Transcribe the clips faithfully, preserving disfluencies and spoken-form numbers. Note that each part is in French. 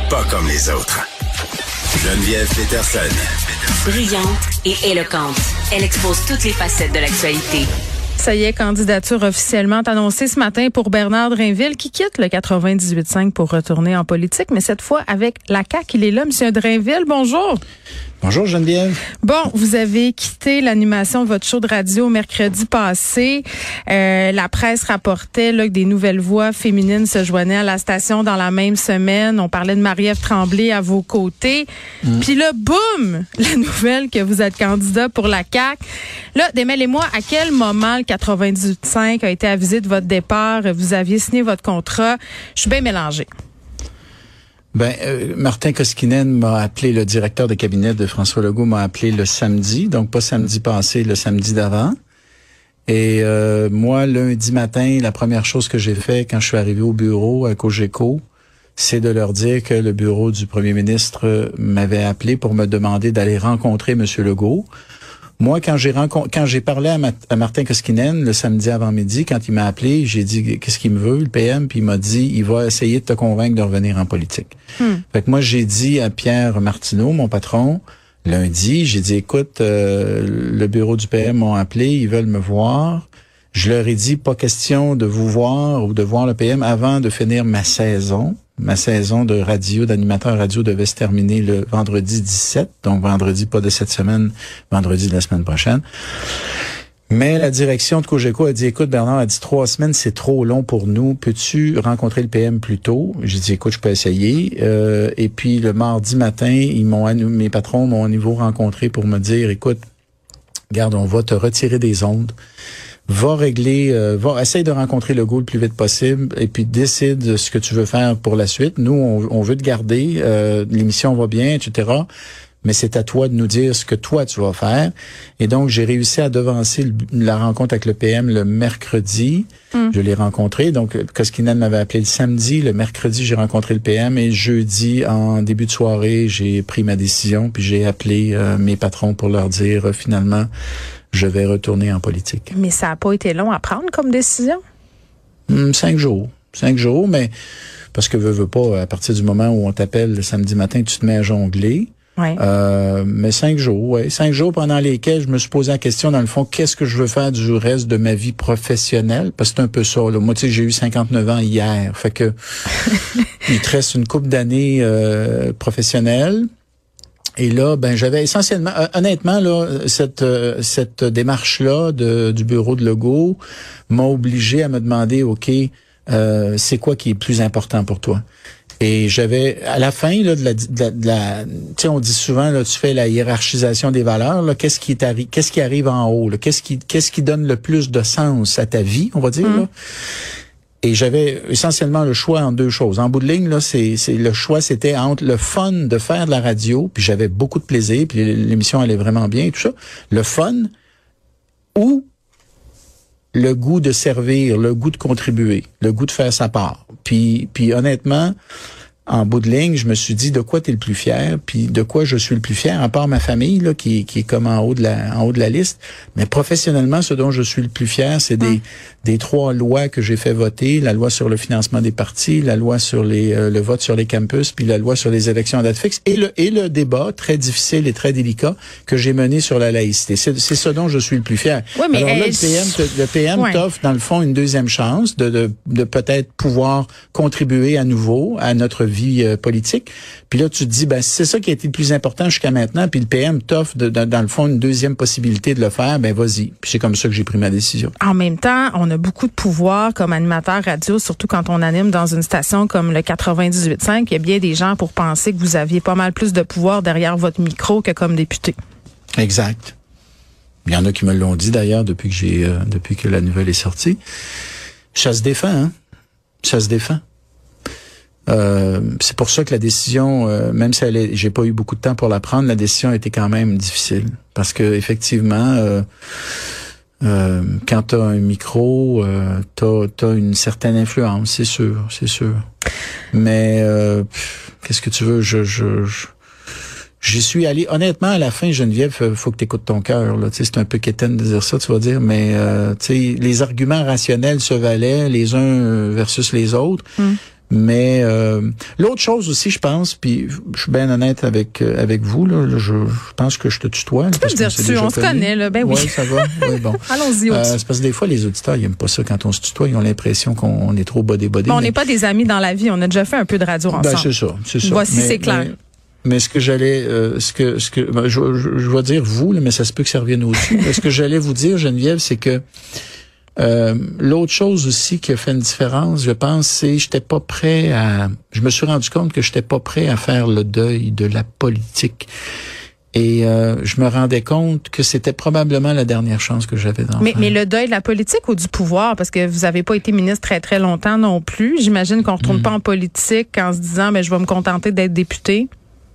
Pas comme les autres. Geneviève Peterson. Brillante et éloquente. Elle expose toutes les facettes de l'actualité. Ça y est, candidature officiellement annoncée ce matin pour Bernard Drainville qui quitte le quatre-vingt-dix-huit virgule cinq pour retourner en politique, mais cette fois avec la C A Q. Il est là, M. Drainville. Bonjour. Bonjour Geneviève. Bon, vous avez quitté l'animation de votre show de radio mercredi passé. Euh, la presse rapportait là, que des nouvelles voix féminines se joignaient à la station dans la même semaine. On parlait de Marie-Ève Tremblay à vos côtés. Mmh. Puis là, boum, la nouvelle que vous êtes candidat pour la C A Q. Là, démêlez-moi, à quel moment le quatre-vingt-dix-huit virgule cinq a été avisé de votre départ? Vous aviez signé votre contrat. Je suis bien mélangée. Ben, euh, Martin Koskinen m'a appelé, le directeur de cabinet de François Legault m'a appelé le samedi, donc pas samedi passé, le samedi d'avant. Et euh, moi, lundi matin, la première chose que j'ai fait quand je suis arrivé au bureau à Cogeco, c'est de leur dire que le bureau du premier ministre m'avait appelé pour me demander d'aller rencontrer M. Legault. Moi, quand j'ai rencontré, quand j'ai parlé à, Ma- à Martin Koskinen le samedi avant-midi, quand il m'a appelé, j'ai dit qu'est-ce qu'il me veut, le P M, puis il m'a dit il va essayer de te convaincre de revenir en politique. Hmm. Fait que moi, j'ai dit à Pierre Martineau, mon patron, lundi, j'ai dit écoute, euh, le bureau du P M m'ont appelé, ils veulent me voir. Je leur ai dit pas question de vous voir ou de voir le P M avant de finir ma saison. Ma saison de radio, d'animateur radio devait se terminer le vendredi dix-sept, donc vendredi pas de cette semaine, vendredi de la semaine prochaine. Mais la direction de Cogeco a dit, écoute Bernard, a dit trois semaines, c'est trop long pour nous. Peux-tu rencontrer le P M plus tôt? J'ai dit, écoute, je peux essayer. Euh, et puis le mardi matin, ils m'ont, mes patrons m'ont à nouveau rencontré pour me dire, écoute, regarde, on va te retirer des ondes. Va régler, euh, va essaye de rencontrer Legault le plus vite possible et puis décide ce que tu veux faire pour la suite. Nous, on, on veut te garder, euh, l'émission va bien, et cetera. Mais c'est à toi de nous dire ce que toi tu vas faire. Et donc, j'ai réussi à devancer le, la rencontre avec le P M le mercredi. Mm. Je l'ai rencontré. Donc, Koskinen m'avait appelé le samedi. Le mercredi, j'ai rencontré le P M. Et jeudi, en début de soirée, j'ai pris ma décision. Puis j'ai appelé euh, mes patrons pour leur dire, euh, finalement, je vais retourner en politique. Mais ça n'a pas été long à prendre comme décision? Hum, cinq jours. Cinq jours, mais parce que veux, veux pas, à partir du moment où on t'appelle le samedi matin, tu te mets à jongler. Ouais. Euh, mais cinq jours, ouais. Cinq jours pendant lesquels je me suis posé la question, dans le fond, qu'est-ce que je veux faire du reste de ma vie professionnelle? Parce que c'est un peu ça, là. Moi, tu sais, j'ai eu cinquante-neuf ans hier. Fait que, il te reste une couple d'années euh, professionnelles. Et là, ben, j'avais essentiellement, honnêtement, là, cette euh, cette démarche-là de, du bureau de Legault m'a obligé à me demander, OK, euh, c'est quoi qui est plus important pour toi? Et j'avais, à la fin, là, de la, de la, de la tu sais, on dit souvent, là, tu fais la hiérarchisation des valeurs, là, qu'est-ce qui t'arrive, qu'est-ce qui arrive en haut, là, qu'est-ce qui, qu'est-ce qui donne le plus de sens à ta vie, on va dire, mmh. là. Et j'avais essentiellement le choix en deux choses. En bout de ligne, là, c'est, c'est le choix, c'était entre le fun de faire de la radio, puis j'avais beaucoup de plaisir, puis l'émission allait vraiment bien et tout ça, le fun, ou le goût de servir, le goût de contribuer, le goût de faire sa part. Puis, puis honnêtement, en bout de ligne, je me suis dit de quoi t'es le plus fier, puis de quoi je suis le plus fier, à part ma famille là, qui, qui est comme en haut de la, en haut de la liste. Mais professionnellement, ce dont je suis le plus fier, c'est des, des trois lois que j'ai fait voter: la loi sur le financement des partis, la loi sur les, euh, le vote sur les campus, puis la loi sur les élections à date fixe, et le, et le débat très difficile et très délicat que j'ai mené sur la laïcité. C'est, c'est ce dont je suis le plus fier. Oui, mais alors là, euh, le P M, te, le P M ouais. t'offre dans le fond une deuxième chance de, de, de peut-être pouvoir contribuer à nouveau à notre vie vie politique. Puis là, tu te dis, ben c'est ça qui a été le plus important jusqu'à maintenant, puis le P M t'offre, de, de, dans le fond, une deuxième possibilité de le faire, ben vas-y. Puis c'est comme ça que j'ai pris ma décision. En même temps, on a beaucoup de pouvoir comme animateur radio, surtout quand on anime dans une station comme le quatre-vingt-dix-huit virgule cinq. Il y a bien des gens pour penser que vous aviez pas mal plus de pouvoir derrière votre micro que comme député. Exact. Il y en a qui me l'ont dit d'ailleurs depuis que j'ai, euh, depuis que la nouvelle est sortie. Ça se défend, hein? Ça se défend. Euh, c'est pour ça que la décision, euh, même si elle est, j'ai pas eu beaucoup de temps pour la prendre, la décision a été quand même difficile. Parce que effectivement, euh, euh, quand t'as un micro, euh, t'as, t'as une certaine influence, c'est sûr, c'est sûr. Mais euh, pff, qu'est-ce que tu veux, je, je, je J'y suis allé, honnêtement, à la fin, Geneviève, faut que t'écoutes ton cœur, là. Tu sais, c'est un peu quétaine de dire ça, tu vas dire, mais, euh, tu sais, les arguments rationnels se valaient les uns versus les autres. Mm. Mais euh, l'autre chose aussi, je pense, puis je suis bien honnête avec euh, avec vous, là, là je, je pense que je te tutoie. Tu peux me dire tu, on se connaît, là, ben oui. Oui, ça va, oui, bon. Allons-y. Euh, c'est parce que des fois, les auditeurs, ils aiment pas ça quand on se tutoie, ils ont l'impression qu'on est trop bodé-bodé. Bon, on mais... n'est pas des amis dans la vie, on a déjà fait un peu de radio ensemble. Ben, c'est ça, c'est ça. Voici, mais, c'est clair. Mais, mais ce que j'allais, euh, ce que, ce que, ben, je, je, je vais dire vous, là, mais ça se peut que ça revienne aussi. Ce que j'allais vous dire, Geneviève, c'est que Euh, l'autre chose aussi qui a fait une différence, je pense, c'est j'étais pas prêt à... Je me suis rendu compte que j'étais pas prêt à faire le deuil de la politique. Et euh, je me rendais compte que c'était probablement la dernière chance que j'avais d'en mais, faire. Mais le deuil de la politique ou du pouvoir? Parce que vous avez pas été ministre très, très longtemps non plus. J'imagine qu'on retourne mmh. pas en politique en se disant, ben, je vais me contenter d'être député.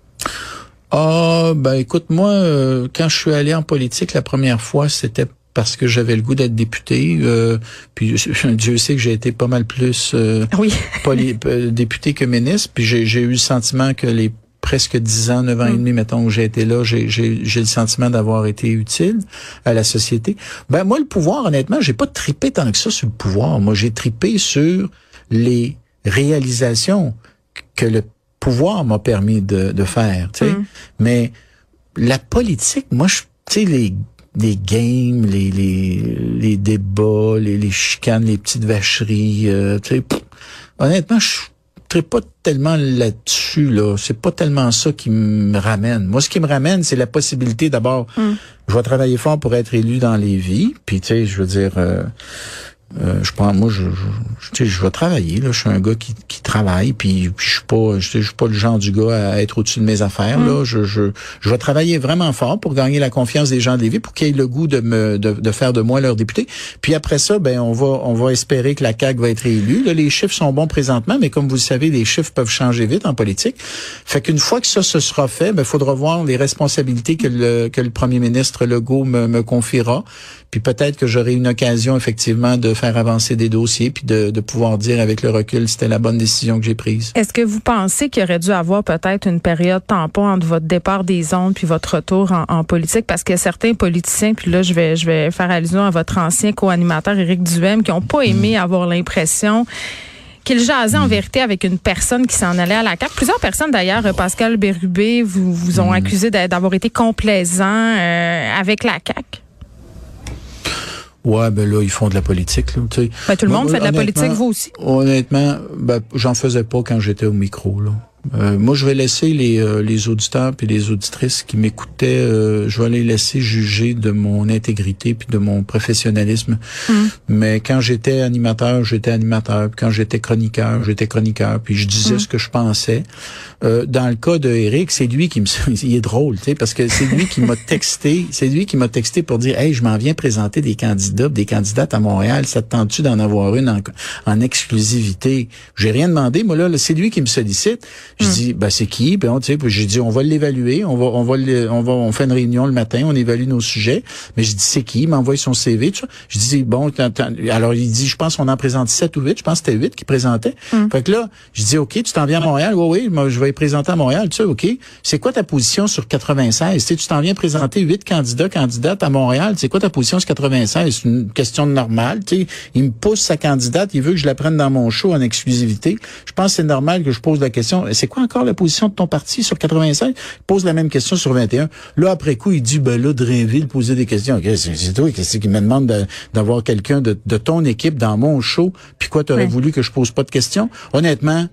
Ah, ben écoute, moi, euh, quand je suis allé en politique la première fois, c'était parce que j'avais le goût d'être député. Euh, puis Dieu sait que j'ai été pas mal plus euh, oui. poli, euh, député que ministre. Puis j'ai, j'ai eu le sentiment que les presque dix ans, neuf ans mm. et demi, mettons, où j'ai été là, j'ai, j'ai, j'ai le sentiment d'avoir été utile à la société. Ben moi, le pouvoir, honnêtement, j'ai pas trippé tant que ça sur le pouvoir. Moi, j'ai trippé sur les réalisations que le pouvoir m'a permis de, de faire. Tu sais, mm. mais la politique, moi, je, tu sais, les les games, les les les débats, les, les chicanes, les petites vacheries, euh, tu sais, pff, honnêtement, je ne pas tellement là-dessus, là. C'est pas tellement ça qui me ramène. Moi, ce qui me ramène, c'est la possibilité, d'abord, mm. je vais travailler fort pour être élu dans les vies, puis tu sais, je veux dire... Euh, Euh, je prends, moi, je, je, tu sais, je vais travailler. Là, je suis un gars qui, qui travaille, puis, puis je suis pas, je, je suis pas le genre du gars à être au-dessus de mes affaires. Mm. Là, je, je, je vais travailler vraiment fort pour gagner la confiance des gens de Lévis, pour qu'ils aient le goût de me, de, de faire de moi leur député. Puis après ça, ben, on va, on va espérer que la C A Q va être élue. Là, les chiffres sont bons présentement, mais comme vous le savez, les chiffres peuvent changer vite en politique. Fait qu'une fois que ça se sera fait, ben, faudra voir les responsabilités que le, que le premier ministre Legault me, me confiera. Puis peut-être que j'aurai une occasion, effectivement, de faire avancer des dossiers, puis de, de pouvoir dire avec le recul si c'était la bonne décision que j'ai prise. Est-ce que vous pensez qu'il aurait dû avoir peut-être une période tampon entre votre départ des ondes puis votre retour en, en politique? Parce que certains politiciens, puis là, je vais je vais faire allusion à votre ancien co-animateur Éric Duhem, qui n'ont pas aimé mmh. avoir l'impression qu'il jasait en vérité avec une personne qui s'en allait à la C A Q. Plusieurs personnes, d'ailleurs, Pascal Bérubé, vous, vous ont mmh. accusé d'avoir été complaisant euh, avec la C A Q. Ouais, ben là, ils font de la politique, là, tu sais. Ben, tout le monde moi, fait de la politique, vous aussi. Honnêtement, ben, j'en faisais pas quand j'étais au micro, là. Euh, moi, je vais laisser les euh, les auditeurs puis les auditrices qui m'écoutaient, euh, je vais les laisser juger de mon intégrité puis de mon professionnalisme. Mmh. Mais quand j'étais animateur, j'étais animateur. Puis quand j'étais chroniqueur, j'étais chroniqueur. Puis je disais mmh. ce que je pensais. Euh, dans le cas de Éric, c'est lui qui me, il est drôle, tu sais, parce que c'est lui qui m'a texté, c'est lui qui m'a texté pour dire, hey, je m'en viens présenter des candidats, des candidates à Montréal. Ça te tente-tu d'en avoir une en, en exclusivité? J'ai rien demandé, moi là, là c'est lui qui me sollicite. Je mm. dis, ben c'est qui? Puis on, tu sais, puis j'ai dit, on va l'évaluer, on va, on va, on va, on fait une réunion le matin, on évalue nos sujets. Mais je dis, c'est qui? Il m'envoie son C V, tout ça. Je dis, bon, t'en, t'en. Alors il dit, je pense qu'on en présente sept ou huit. Je pense que c'était huit qui présentaient. Mm. Fait que là, je dis, ok, tu t'en viens à Montréal? Oui, oui, moi, je vais présenter à Montréal, tu sais, ok. C'est quoi ta position sur quatre-vingt-seize? Tu sais, tu t'en viens présenter huit candidats, candidates à Montréal. C'est quoi ta position sur quatre-vingt-seize? C'est une question normale, tu sais. Il me pousse sa candidate, il veut que je la prenne dans mon show en exclusivité. Je pense que c'est normal que je pose la question. C'est quoi encore la position de ton parti sur quatre-vingt-cinq? Il pose la même question sur vingt et un. Là, après coup, il dit, ben là, Drainville posait des questions. Okay, c'est, c'est toi, qu'est-ce qui me demande de, d'avoir quelqu'un de, de ton équipe dans mon show? Puis quoi, t'aurais oui. voulu que je pose pas de questions? Honnêtement,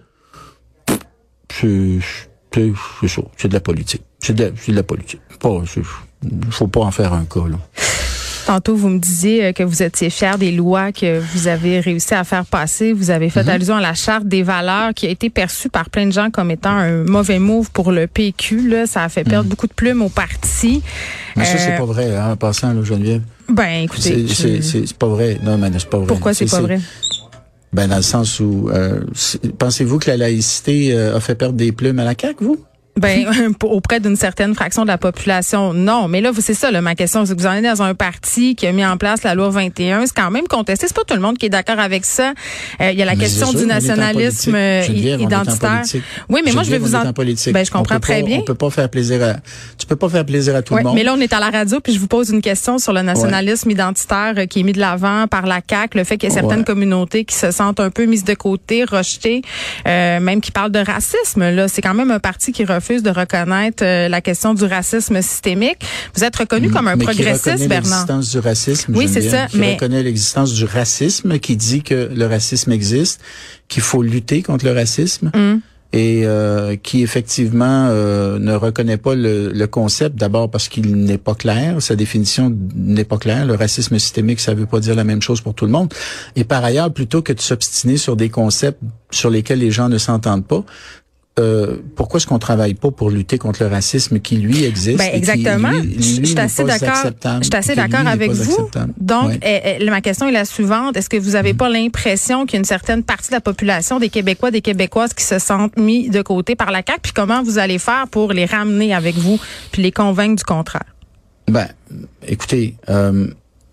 c'est, c'est, c'est ça. C'est de la politique. C'est de la, c'est de la politique. Pas, c'est, faut pas en faire un cas, là. Tantôt, vous me disiez que vous étiez fier des lois que vous avez réussi à faire passer. Vous avez fait mm-hmm. allusion à la Charte des valeurs qui a été perçue par plein de gens comme étant un mauvais move pour le P Q. Là. Ça a fait perdre mm. beaucoup de plumes au parti. Mais ça, euh, c'est pas vrai, hein, en passant, là, Geneviève. Ben, écoutez. C'est, je... c'est, c'est, c'est pas vrai. Non, mais c'est pas vrai. Pourquoi c'est, c'est pas vrai? Ben, dans le sens où, euh, pensez-vous que la laïcité euh, a fait perdre des plumes à la C A Q, vous? Ben, auprès d'une certaine fraction de la population, non. Mais là, c'est ça, là, ma question, c'est que vous en êtes dans un parti qui a mis en place la loi vingt et un. C'est quand même contesté. C'est pas tout le monde qui est d'accord avec ça. Euh, il y a la mais question sûr, du nationalisme Geneviève, identitaire. Oui, mais Geneviève, moi, je vais vous en... en ben, je comprends très pas, bien. On peut pas faire plaisir à, tu peux pas faire plaisir à tout ouais, le monde. Mais là, on est à la radio, puis je vous pose une question sur le nationalisme ouais. identitaire euh, qui est mis de l'avant par la C A Q, le fait qu'il y a certaines ouais. communautés qui se sentent un peu mises de côté, rejetées, euh, même qui parlent de racisme. Là, c'est quand même un parti qui refuse de reconnaître la question du racisme systémique. Vous êtes reconnu comme un mais progressiste, qui reconnaît Bernard. L'existence du racisme. Oui, c'est ça. Qui mais reconnaît l'existence du racisme, qui dit que le racisme existe, qu'il faut lutter contre le racisme. Mm. Et euh, qui effectivement euh, ne reconnaît pas le, le concept, d'abord parce qu'il n'est pas clair, sa définition n'est pas claire. Le racisme systémique, ça veut pas dire la même chose pour tout le monde. Et par ailleurs, plutôt que de s'obstiner sur des concepts sur lesquels les gens ne s'entendent pas, Euh, pourquoi est-ce qu'on travaille pas pour lutter contre le racisme qui, lui, existe? Ben, exactement. Qui, lui, lui, je suis assez d'accord. Je suis assez d'accord avec vous. Acceptable. Donc, ouais. euh, ma question est la suivante. Est-ce que vous avez mmh. pas l'impression qu'il y a une certaine partie de la population, des Québécois, des Québécoises qui se sentent mis de côté par la C A Q? Puis comment vous allez faire pour les ramener avec vous puis les convaincre du contraire? Ben, écoutez, euh,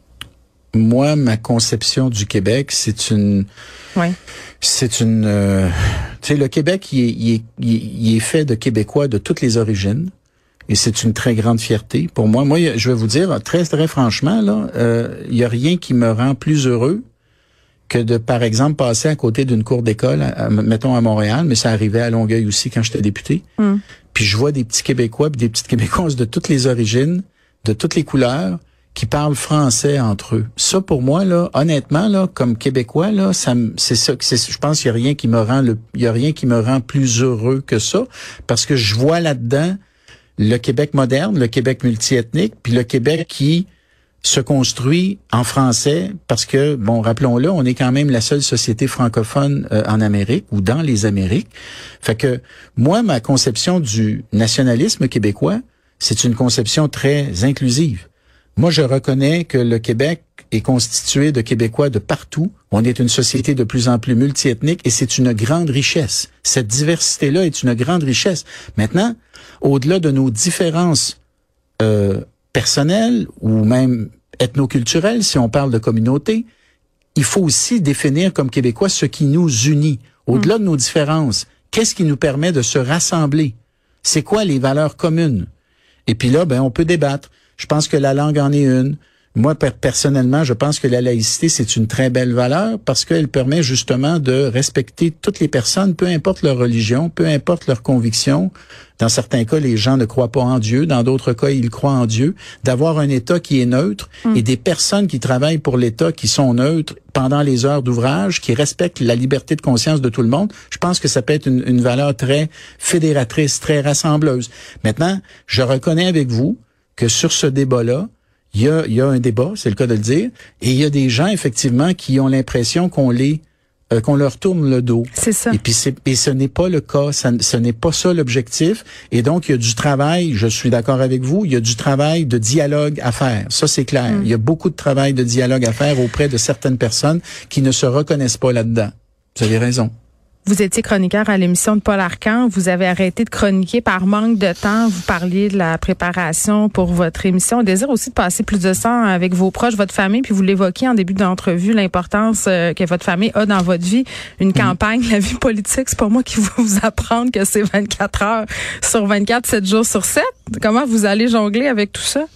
moi, ma conception du Québec, c'est une... Oui. C'est une... Euh, tu sais, le Québec, il est, il, est, il est fait de Québécois de toutes les origines. Et c'est une très grande fierté pour moi. Moi, je vais vous dire, très, très franchement, là, euh, il y a rien qui me rend plus heureux que de, par exemple, passer à côté d'une cour d'école, à, à, mettons à Montréal, mais ça arrivait à Longueuil aussi quand j'étais député. Mm. Puis je vois des petits Québécois puis des petites Québécoises de toutes les origines, de toutes les couleurs, qui parlent français entre eux. Ça, pour moi, là, honnêtement, là, comme Québécois, là, ça, c'est ça, c'est, je pense qu'il y a rien qui me rend le, il y a rien qui me rend plus heureux que ça, parce que je vois là-dedans le Québec moderne, le Québec multiethnique, puis le Québec qui se construit en français, parce que, bon, rappelons-le, on est quand même la seule société francophone euh, en Amérique, ou dans les Amériques. Fait que, moi, ma conception du nationalisme québécois, c'est une conception très inclusive. Moi, je reconnais que le Québec est constitué de Québécois de partout. On est une société de plus en plus multiethnique et c'est une grande richesse. Cette diversité-là est une grande richesse. Maintenant, au-delà de nos différences euh, personnelles ou même ethnoculturelles, si on parle de communauté, il faut aussi définir comme Québécois ce qui nous unit. Au-delà mmh. de nos différences, qu'est-ce qui nous permet de se rassembler? C'est quoi les valeurs communes? Et puis là, ben, on peut débattre. Je pense que la langue en est une. Moi, per- personnellement, je pense que la laïcité, c'est une très belle valeur parce qu'elle permet justement de respecter toutes les personnes, peu importe leur religion, peu importe leurs convictions. Dans certains cas, les gens ne croient pas en Dieu. Dans d'autres cas, ils croient en Dieu. D'avoir un État qui est neutre mmh. et des personnes qui travaillent pour l'État qui sont neutres pendant les heures d'ouvrage, qui respectent la liberté de conscience de tout le monde, je pense que ça peut être une, une valeur très fédératrice, très rassembleuse. Maintenant, je reconnais avec vous que sur ce débat-là, il y a, il y a un débat, c'est le cas de le dire, et il y a des gens, effectivement, qui ont l'impression qu'on les euh, qu'on leur tourne le dos. C'est ça. Et puis c'est, et ce n'est pas le cas, ça, ce n'est pas ça l'objectif. Et donc, il y a du travail, je suis d'accord avec vous, il y a du travail de dialogue à faire. Ça, c'est clair. Mm. Il y a beaucoup de travail de dialogue à faire auprès de certaines personnes qui ne se reconnaissent pas là-dedans. Vous avez raison. Vous étiez chroniqueur à l'émission de Paul Arcand. Vous avez arrêté de chroniquer par manque de temps. Vous parliez de la préparation pour votre émission. On désire aussi de passer plus de temps avec vos proches, votre famille. Puis vous l'évoquiez en début d'entrevue, l'importance euh, que votre famille a dans votre vie. Une mmh. campagne, la vie politique, c'est pas moi qui vais vous apprendre que c'est vingt-quatre heures sur vingt-quatre, sept jours sur sept. Comment vous allez jongler avec tout ça?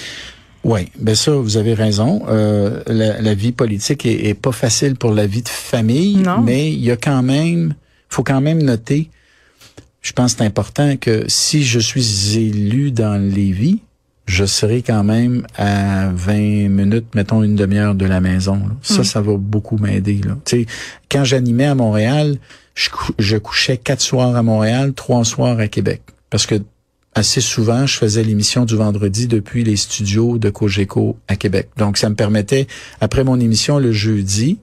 Oui, ben ça, vous avez raison. Euh, la, la vie politique est, est pas facile pour la vie de famille, non. mais il y a quand même, faut quand même noter, je pense que c'est important que si je suis élu dans Lévis, je serai quand même à vingt minutes, mettons une demi-heure de la maison. Là. Ça, mmh. ça va beaucoup m'aider. Là. Tu sais, quand j'animais à Montréal, je, cou- je couchais quatre soirs à Montréal, trois soirs à Québec, parce que assez souvent, je faisais l'émission du vendredi depuis les studios de Cogeco à Québec. Donc, ça me permettait, après mon émission le jeudi,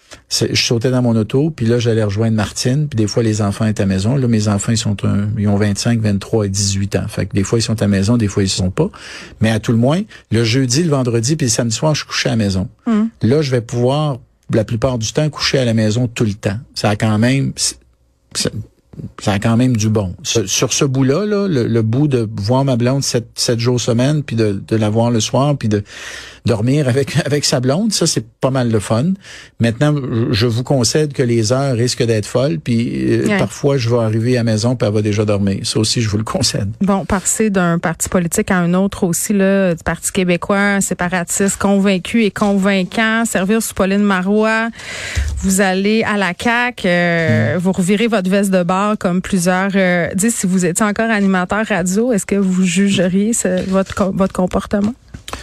je sautais dans mon auto, puis là, j'allais rejoindre Martine, puis des fois, les enfants étaient à la maison. Là, mes enfants, ils sont un, ils ont vingt-cinq, vingt-trois et dix-huit ans. Fait que des fois, ils sont à la maison, des fois, ils sont pas. Mais à tout le moins, le jeudi, le vendredi, puis le samedi soir, je couchais à la maison. Mmh. Là, je vais pouvoir, la plupart du temps, coucher à la maison tout le temps. Ça a quand même... Ça, ça a quand même du bon. Sur, sur ce bout-là, là, le, le bout de voir ma blonde sept, sept jours semaine, puis de, de la voir le soir, puis de dormir avec avec sa blonde, ça c'est pas mal le fun. Maintenant, je vous concède que les heures risquent d'être folles, puis euh, ouais. parfois je vais arriver à la maison puis elle va déjà dormir. Ça aussi, je vous le concède. Bon, passer d'un parti politique à un autre aussi, là, du Parti québécois, un séparatiste convaincu et convaincant, servir sous Pauline Marois, vous allez à la C A Q, euh, mm. vous revirez votre veste de bar comme plusieurs euh, disent. Si vous étiez encore animateur radio, est-ce que vous jugeriez ce, votre votre comportement?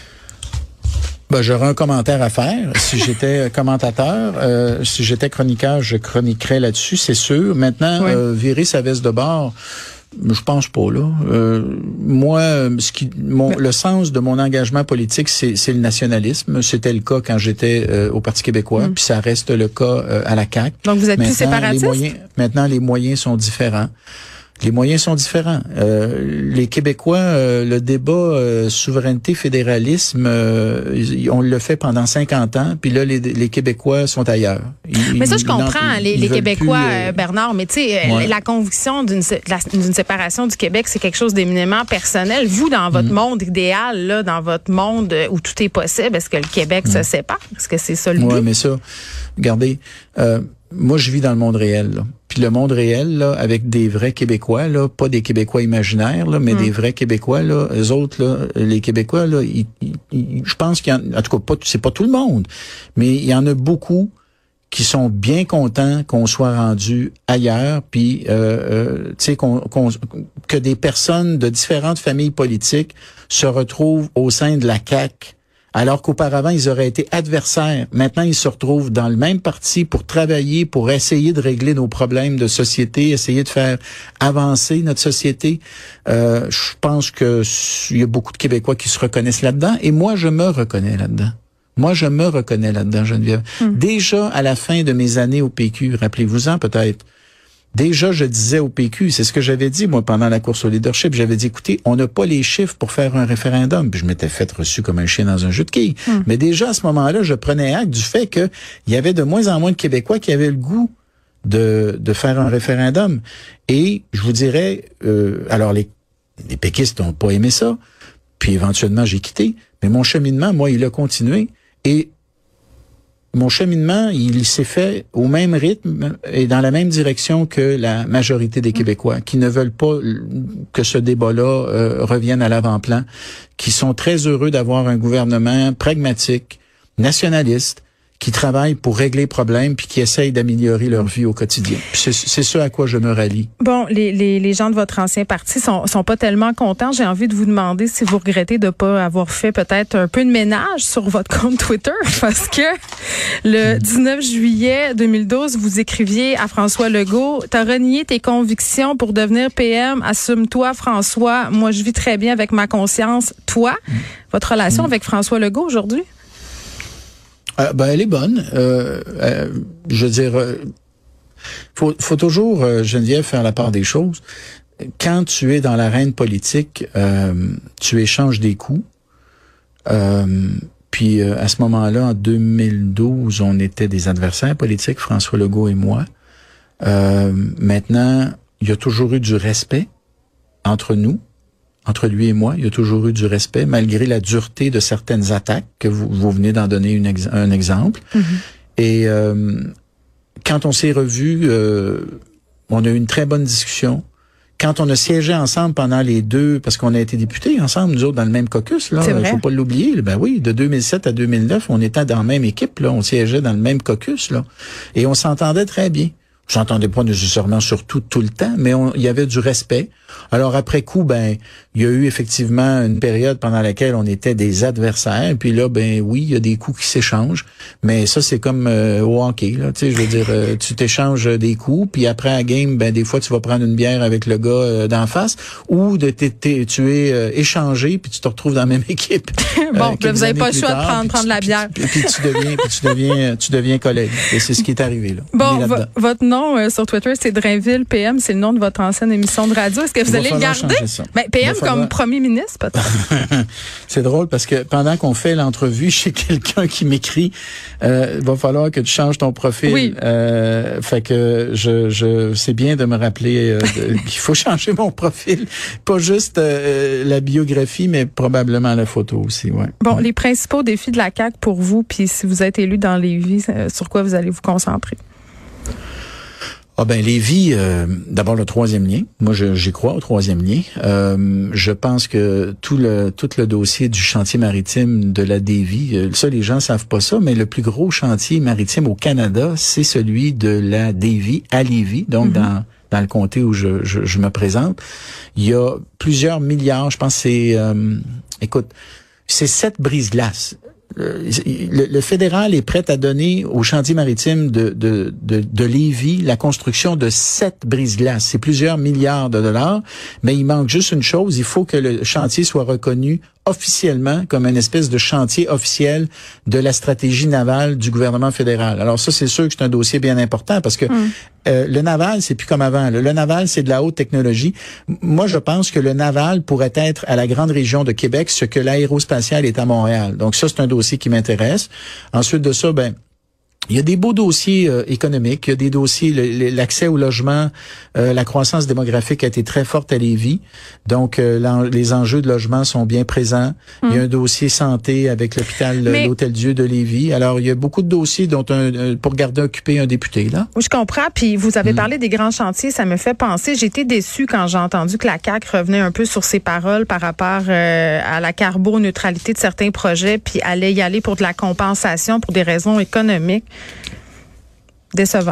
Ben, j'aurais un commentaire à faire. Si j'étais commentateur, euh, si j'étais chroniqueur, je chroniquerais là-dessus, c'est sûr. Maintenant, oui. euh, virer sa veste de bord, je pense pas, là. Euh, moi, ce qui, mon, le sens de mon engagement politique, c'est, c'est le nationalisme. C'était le cas quand j'étais euh, au Parti québécois, mm. puis ça reste le cas euh, à la C A Q. Donc, vous êtes maintenant, plus séparatiste? Les moyens, maintenant, les moyens sont différents. Les moyens sont différents. Euh, les Québécois, euh, le débat euh, souveraineté-fédéralisme, euh, on le fait pendant cinquante ans, puis là, les, les Québécois sont ailleurs. Ils, mais ça, je comprends, ils, les, ils les Québécois, plus, euh, Bernard, mais tu sais, ouais. la conviction d'une, la, d'une séparation du Québec, c'est quelque chose d'éminemment personnel. Vous, dans votre mm. monde idéal, là, dans votre monde où tout est possible, est-ce que le Québec mm. se sépare? Est-ce que c'est ça le but? Oui, mais ça, regardez, euh, moi, je vis dans le monde réel, là. Puis le monde réel, là, avec des vrais Québécois, là, pas des Québécois imaginaires, là, mais mmh. des vrais Québécois, là, eux autres, là, les Québécois, là, ils, ils, je pense qu'il y en, en tout cas, pas, c'est pas tout le monde, mais il y en a beaucoup qui sont bien contents qu'on soit rendu ailleurs, puis, euh, euh, tu sais, qu'on, qu'on, que des personnes de différentes familles politiques se retrouvent au sein de la C A Q. Alors qu'auparavant, ils auraient été adversaires. Maintenant, ils se retrouvent dans le même parti pour travailler, pour essayer de régler nos problèmes de société, essayer de faire avancer notre société. Euh, je pense que il y a beaucoup de Québécois qui se reconnaissent là-dedans. Et moi, je me reconnais là-dedans. Moi, je me reconnais là-dedans, Geneviève. Hum. Déjà, à la fin de mes années au P Q, rappelez-vous-en peut-être, déjà, je disais au P Q, c'est ce que j'avais dit, moi, pendant la course au leadership, j'avais dit, écoutez, on n'a pas les chiffres pour faire un référendum. Puis je m'étais fait reçu comme un chien dans un jeu de quilles. Hum. Mais déjà, à ce moment-là, je prenais acte du fait qu'il y avait de moins en moins de Québécois qui avaient le goût de, de faire un référendum. Et je vous dirais, euh, alors les, les péquistes n'ont pas aimé ça, puis éventuellement, j'ai quitté. Mais mon cheminement, moi, il a continué. Et mon cheminement, il s'est fait au même rythme et dans la même direction que la majorité des Québécois, qui ne veulent pas que ce débat-là euh, revienne à l'avant-plan, qui sont très heureux d'avoir un gouvernement pragmatique, nationaliste, qui travaillent pour régler les problèmes puis qui essayent d'améliorer leur vie au quotidien. C'est, c'est ce à quoi je me rallie. Bon, les, les, les gens de votre ancien parti sont, sont pas tellement contents. J'ai envie de vous demander si vous regrettez de pas avoir fait peut-être un peu de ménage sur votre compte Twitter, parce que le dix-neuf juillet deux mille douze, vous écriviez à François Legault, « T'as renié tes convictions pour devenir P M. Assume-toi, François. Moi, je vis très bien avec ma conscience. Toi, mmh. votre relation mmh. avec François Legault aujourd'hui? » Euh, ben, elle est bonne. Euh, euh, je veux dire, euh, faut, faut toujours, euh, Geneviève, faire la part des choses. Quand tu es dans l'arène politique, euh, tu échanges des coups. Euh, puis euh, à ce moment-là, en deux mille douze, on était des adversaires politiques, François Legault et moi. Euh, maintenant, il y a toujours eu du respect entre nous. Entre lui et moi, il y a toujours eu du respect, malgré la dureté de certaines attaques, que vous, vous venez d'en donner une ex- un exemple. Mm-hmm. Et euh, quand on s'est revus, euh, on a eu une très bonne discussion. Quand on a siégé ensemble pendant les deux, parce qu'on a été députés ensemble, nous autres, dans le même caucus, là, il faut pas l'oublier. Ben oui, de deux mille sept à deux mille neuf, on était dans la même équipe, là, on siégeait dans le même caucus, là, et on s'entendait très bien. J'entendais pas nécessairement sur tout, tout le temps, mais il y avait du respect. Alors après coup, ben, il y a eu effectivement une période pendant laquelle on était des adversaires. Puis là, ben oui, il y a des coups qui s'échangent, mais ça c'est comme euh, au hockey, là. Tu sais, je veux dire, euh, tu t'échanges des coups, puis après à game, ben des fois tu vas prendre une bière avec le gars euh, d'en face, ou de t'es, t'es, tu es euh, échangé, puis tu te retrouves dans la même équipe. Bon, euh, vous avez pas le choix tard, de prendre, prendre tu, la bière. Puis, puis, puis tu deviens, puis tu deviens, tu deviens collègue. Et c'est ce qui est arrivé là. Bon, v- votre nom nom euh, sur Twitter, c'est Drainville P M, c'est le nom de votre ancienne émission de radio. Est-ce que vous allez le garder? Ben, P M falloir... comme premier ministre, peut-être. C'est drôle parce que pendant qu'on fait l'entrevue, chez quelqu'un qui m'écrit, euh, il va falloir que tu changes ton profil. Oui. Euh, fait que je, je, c'est bien de me rappeler euh, de, qu'il faut changer mon profil, pas juste euh, la biographie, mais probablement la photo aussi. Ouais. Bon, les principaux défis de la C A Q pour vous, puis si vous êtes élu dans Lévis, euh, sur quoi vous allez vous concentrer? Ah ben Lévis, euh, d'abord le troisième lien. Moi, je, j'y crois au troisième lien. Euh, je pense que tout le tout le dossier du chantier maritime de la Davie, euh, ça les gens savent pas ça, mais le plus gros chantier maritime au Canada, c'est celui de la Davie à Lévis, donc mm-hmm. dans dans le comté où je, je je me présente. Il y a plusieurs milliards, je pense que c'est euh, écoute, c'est sept brise-glaces. Le, le fédéral est prêt à donner au chantier maritime de, de, de, de Lévis la construction de sept brise-glaces. C'est plusieurs milliards de dollars, mais il manque juste une chose, il faut que le chantier soit reconnu officiellement comme une espèce de chantier officiel de la stratégie navale du gouvernement fédéral. Alors ça, c'est sûr que c'est un dossier bien important parce que mm. euh, le naval, c'est plus comme avant. Le, le naval, c'est de la haute technologie. Moi, je pense que le naval pourrait être à la grande région de Québec ce que l'aérospatial est à Montréal. Donc ça, c'est un dossier qui m'intéresse. Ensuite de ça, ben il y a des beaux dossiers euh, économiques, il y a des dossiers, le, l'accès au logement, euh, la croissance démographique a été très forte à Lévis, donc euh, les enjeux de logement sont bien présents. Hum. Il y a un dossier santé avec l'hôpital, Mais... l'Hôtel-Dieu de Lévis. Alors, il y a beaucoup de dossiers dont un, un pour garder occupé un député, là. Oui, je comprends, puis vous avez hum. parlé des grands chantiers, ça me fait penser, j'ai été déçue quand j'ai entendu que la C A Q revenait un peu sur ses paroles par rapport euh, à la carboneutralité de certains projets, puis allait y aller pour de la compensation pour des raisons économiques. Décevant.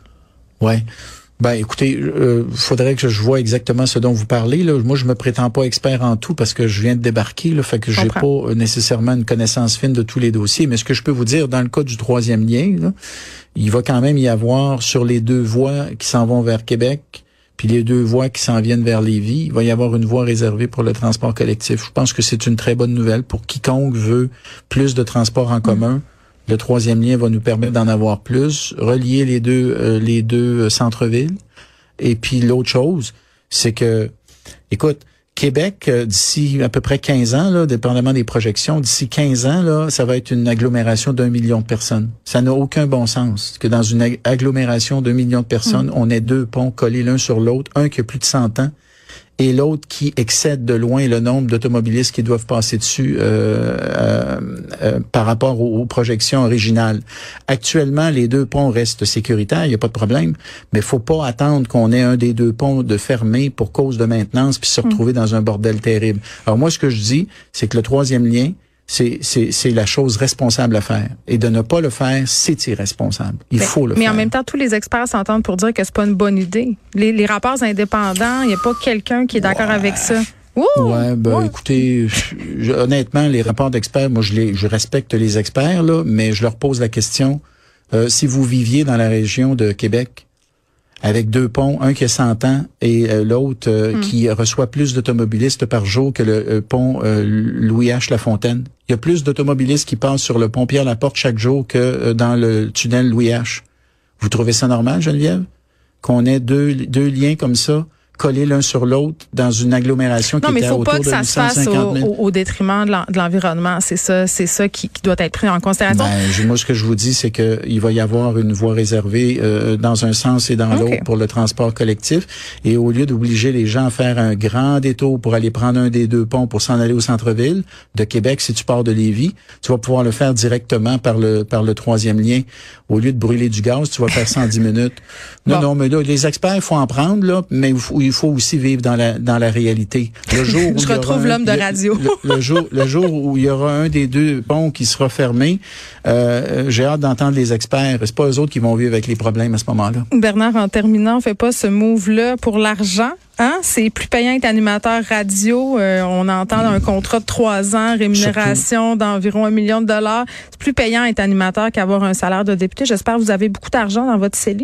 Ouais. Ben, écoutez, euh, faudrait que je vois exactement ce dont vous parlez. Là. Moi, je me prétends pas expert en tout parce que je viens de débarquer. Là, fait que j'ai pas nécessairement une connaissance fine de tous les dossiers. Mais ce que je peux vous dire, dans le cas du troisième lien, là, il va quand même y avoir sur les deux voies qui s'en vont vers Québec, puis les deux voies qui s'en viennent vers Lévis, il va y avoir une voie réservée pour le transport collectif. Je pense que c'est une très bonne nouvelle pour quiconque veut plus de transport en commun. Mmh. Le troisième lien va nous permettre d'en avoir plus, relier les deux euh, les deux centres-villes. Et puis l'autre chose, c'est que, écoute, Québec, euh, d'ici à peu près quinze ans, là, dépendamment des projections, d'ici quinze ans, là, ça va être une agglomération d'un million de personnes. Ça n'a aucun bon sens que dans une ag- agglomération d'un million de personnes, mmh. on ait deux ponts collés l'un sur l'autre, un qui a plus de cent ans, et l'autre qui excède de loin le nombre d'automobilistes qui doivent passer dessus euh, euh, euh, par rapport aux, aux projections originales. Actuellement, les deux ponts restent sécuritaires, il n'y a pas de problème, mais il faut pas attendre qu'on ait un des deux ponts de fermé pour cause de maintenance puis se retrouver mmh. dans un bordel terrible. Alors moi, ce que je dis, c'est que le troisième lien, c'est, c'est, c'est la chose responsable à faire. Et de ne pas le faire, c'est irresponsable. Il mais, faut le mais faire. Mais en même temps, tous les experts s'entendent pour dire que c'est pas une bonne idée. Les, les rapports indépendants, il n'y a pas quelqu'un qui est d'accord ouais. avec ça. Ouh! Ouais, ben ouais. écoutez, je, honnêtement, les rapports d'experts, moi je les je respecte les experts, là, mais je leur pose la question, euh, si vous viviez dans la région de Québec, avec deux ponts, un qui a cent ans et euh, l'autre euh, mm. qui reçoit plus d'automobilistes par jour que le euh, pont euh, Louis H. Lafontaine. Il y a plus d'automobilistes qui passent sur le pont Pierre-Laporte chaque jour que euh, dans le tunnel Louis H. Vous trouvez ça normal, Geneviève? Qu'on ait deux, deux liens comme ça, collés l'un sur l'autre dans une agglomération qui était autour de huit cent cinquante mille. Non, mais il faut pas que ça se fasse au, au, au détriment de, l'en, de l'environnement. C'est ça, c'est ça qui, qui doit être pris en considération. Ben, moi, ce que je vous dis, c'est que il va y avoir une voie réservée euh, dans un sens et dans okay. l'autre pour le transport collectif. Et au lieu d'obliger les gens à faire un grand détour pour aller prendre un des deux ponts pour s'en aller au centre-ville de Québec, si tu pars de Lévis, tu vas pouvoir le faire directement par le par le troisième lien. Au lieu de brûler du gaz, tu vas faire cent dix minutes. Non, bon. non, mais là, les experts, il faut en prendre, là, mais il faut, il faut aussi vivre dans la dans la réalité. Le jour où je retrouve l'homme un, de radio. Le, le jour le jour où il y aura un des deux ponts qui sera fermé, euh, j'ai hâte d'entendre les experts. C'est pas eux autres qui vont vivre avec les problèmes à ce moment-là. Bernard, en terminant, on fait pas ce move-là pour l'argent. Hein? C'est plus payant être animateur radio. Euh, on entend un contrat de trois ans, rémunération Surtout. d'environ un million de dollars. C'est plus payant être animateur qu'avoir un salaire de député. J'espère que vous avez beaucoup d'argent dans votre C E L I.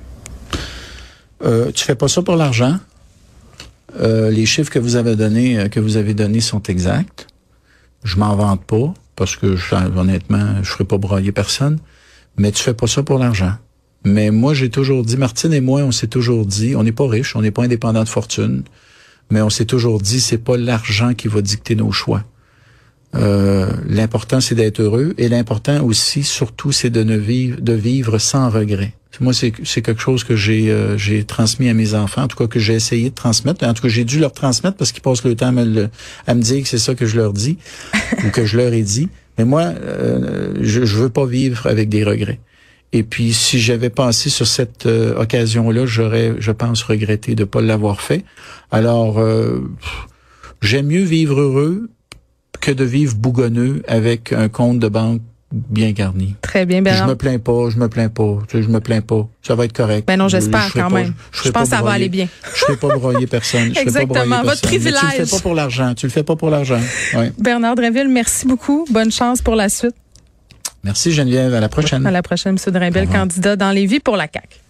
Euh, tu fais pas ça pour l'argent. Euh, les chiffres que vous avez donnés, euh, que vous avez donnés sont exacts. Je m'en vante pas parce que je, honnêtement, je ferai pas broyer personne. Mais tu fais pas ça pour l'argent. Mais moi, j'ai toujours dit, Martine et moi, on s'est toujours dit, on n'est pas riche, on n'est pas indépendant de fortune, mais on s'est toujours dit, c'est pas l'argent qui va dicter nos choix. Euh, l'important, c'est d'être heureux, et l'important aussi, surtout, c'est de ne vivre, de vivre sans regret. Moi, c'est, c'est quelque chose que j'ai, euh, j'ai transmis à mes enfants, en tout cas que j'ai essayé de transmettre. En tout cas, j'ai dû leur transmettre parce qu'ils passent le temps à me, le, à me dire que c'est ça que je leur dis ou que je leur ai dit. Mais moi, euh, je, je veux pas vivre avec des regrets. Et puis, si j'avais passé sur cette euh, occasion-là, j'aurais, je pense, regretté de pas l'avoir fait. Alors, euh, j'aime mieux vivre heureux que de vivre bougonneux avec un compte de banque bien garni. Très bien, Bernard. Je me plains pas, je me plains pas, je me plains pas. Ça va être correct. Ben non, j'espère je, je quand pas, même. Je, je pense que ça va aller bien. Je ne fais pas broyer personne. Je Exactement, fais pas broyer votre personne. privilège. Mais tu le fais pas pour l'argent. Tu le fais pas pour l'argent. Ouais. Bernard Drinville, merci beaucoup. Bonne chance pour la suite. Merci Geneviève. À la prochaine. À la prochaine, M. Drinville, candidat dans Lévis pour la C A Q.